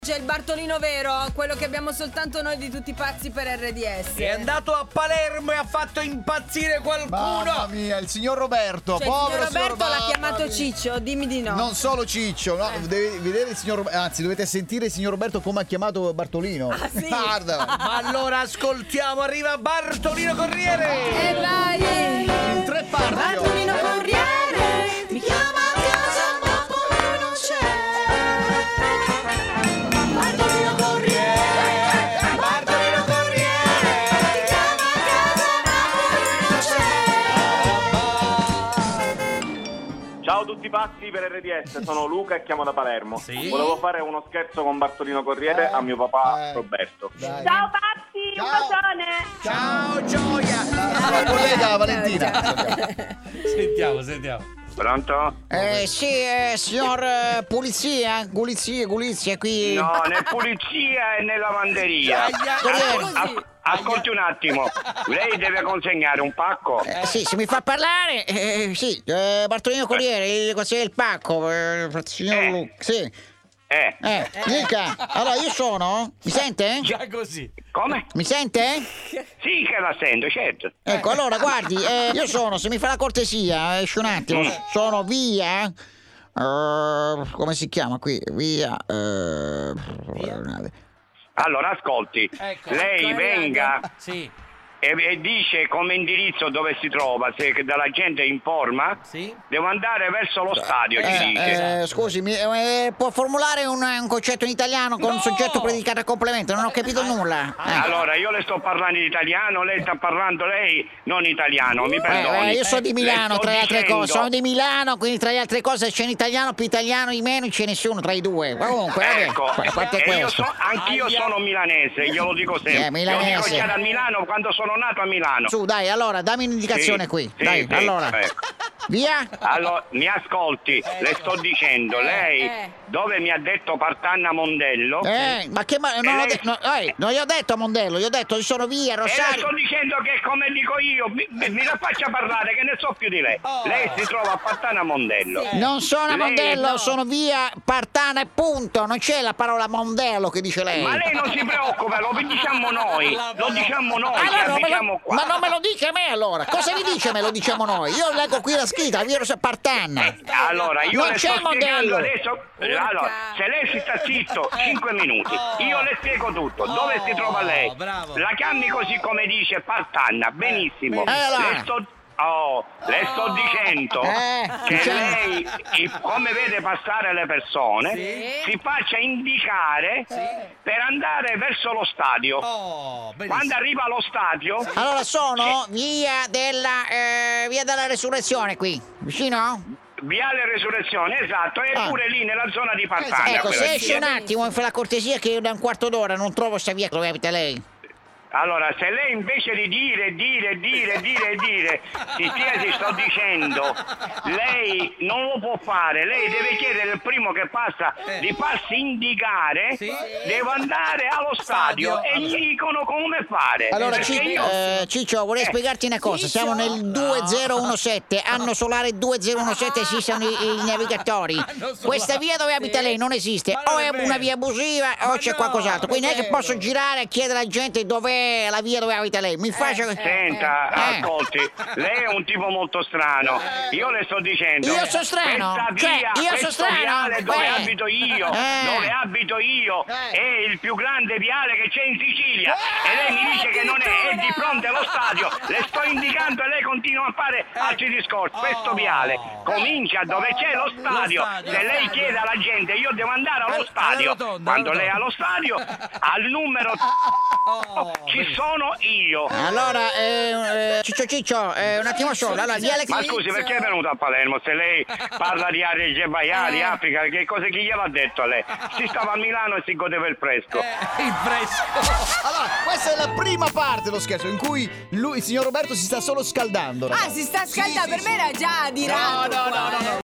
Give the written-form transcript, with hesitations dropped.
C'è il Bartolino vero, quello che abbiamo soltanto noi di tutti pazzi per RDS. È andato a Palermo e ha fatto impazzire qualcuno. Mamma mia, il signor Roberto. Cioè, povero il signor Roberto l'ha mamma chiamato mia. Ciccio, dimmi di no. Non solo Ciccio, no, devi vedere il signor Roberto, anzi dovete sentire il signor Roberto come ha chiamato Bartolino. Ah, sì? Guarda. Ma allora ascoltiamo, arriva Bartolino Corriere. E vai! In tre parti. Bartolino Corriere mi chiama a casa ma poi non c'è. Bartolino Corriere, Bartolino Corriere mi chiama a casa ma poi non c'è. Ciao a tutti pazzi per RDS, sono Luca e chiamo da Palermo. Sì? Volevo fare uno scherzo con Bartolino Corriere a mio papà Roberto. Dai. Ciao pazzi, un Ciao. bacione! Ciao Gioia. La collega Valentina. Sentiamo. Pronto? Sì, signor Pulizia qui. No, né pulizia e né lavanderia. Così. Ascolti un attimo, lei deve consegnare un pacco. Sì, se mi fa parlare, sì, Bartolino Corriere, il consigliere del pacco, signor Luca, sì. Dica, allora io sono, mi sente? Già così. Come? Mi sente? Sì che la sento, certo. Ecco, allora guardi, io sono, se mi fa la cortesia, esci un attimo, sono via, come si chiama qui? Via. Allora, ascolti, Ecco. lei venga Sì. e dice come indirizzo dove si trova, se dalla gente informa, Sì. devo andare verso lo stadio, ci dice. Scusi, può formulare un concetto in italiano con un soggetto predicato a complemento? Non ho capito nulla. Allora, io le sto parlando in italiano, lei sta parlando non italiano, mi perdoni. Io sono di Milano, Le sto tra le altre dicendo- cose. Sono di Milano, quindi tra le altre cose c'è un italiano più italiano di me, non c'è nessuno tra i due. Ma comunque, Ecco, vabbè, a parte e questo. anch'io sono milanese, glielo dico sempre. Milanese. Io dico già da Milano quando sono nato a Milano. Su, dai, allora, dammi un'indicazione Sì, qui. sì, Dai, sì, allora. Via? Allora, mi ascolti, le sto dicendo, lei dove mi ha detto Partanna Mondello? Ma che non gli ho detto a Mondello, gli ho detto io sono via, E le Rosario. sto dicendo che come dico io, mi la faccia parlare che ne so più di lei. Lei si trova a Partanna Mondello. Non sono a Lei- Mondello, no. sono via Partana e punto. Non c'è la parola Mondello che dice lei. Ma lei non si preoccupa, lo diciamo noi che Allora, abitiamo qua. ma non me lo dice a me allora. Cosa mi dice me lo diciamo noi? Io leggo qui la scritta, via Partanna. Allora, io Non le c'è sto spiegando Mondello. adesso. Allora, se lei si sta zitto 5 minuti, io le spiego tutto. Dove si trova lei? bravo. La chiami così come dice Partanna, benissimo. allora. Le sto dicendo che lei, come vede passare le persone, si faccia indicare per andare verso lo stadio. Quando arriva allo stadio, Allora sono via della Resurrezione qui, vicino? Viale Resurrezione, esatto, e pure lì nella zona di Partanna. Ecco, quella se lì. esce un attimo e fa la cortesia che da un quarto d'ora non trovo sta via dove abita lei. Allora, se lei invece di dire, si sto dicendo, lei non lo può fare, lei deve chiedere al primo che passa di farsi indicare, devo andare allo stadio e gli dicono come fare. Allora Perché io- Ciccio, vorrei spiegarti una cosa. Siamo nel 2017, anno solare 2017, esistono i navigatori. Questa via dove abita lei non esiste, o è una via abusiva o c'è qualcos'altro. Quindi non è che posso girare e chiedere alla gente dov'è la via dove abita lei. Mi faccia. Senta, ascolti, lei è un tipo molto strano. Io le sto dicendo. Io sono strano? Questa Cioè, via, io sono questo strano? viale dove abito io, è il più grande viale che c'è in Sicilia. E lei mi dice che non è di fronte allo stadio. Le sto indicando e lei continua a fare altri discorsi. Questo viale comincia dove c'è lo stadio. Se lei chiede alla gente, io devo andare allo stadio. Quando lei è allo stadio, al numero ci sono io. Allora, Ciccio, un attimo solo. Allora, viale. Ma scusi, perché è venuto a Palermo? Se lei parla di aree gebaiali, Africa, che cosa chi gliel'ha detto a lei? Si stava a Milano e si godeva il fresco. Il fresco. Allora, questa è la prima parte dello scherzo in cui lui, il signor Roberto, si sta solo scaldando. Ah, si sta scaldando, per me era già di No, no, no, no, no.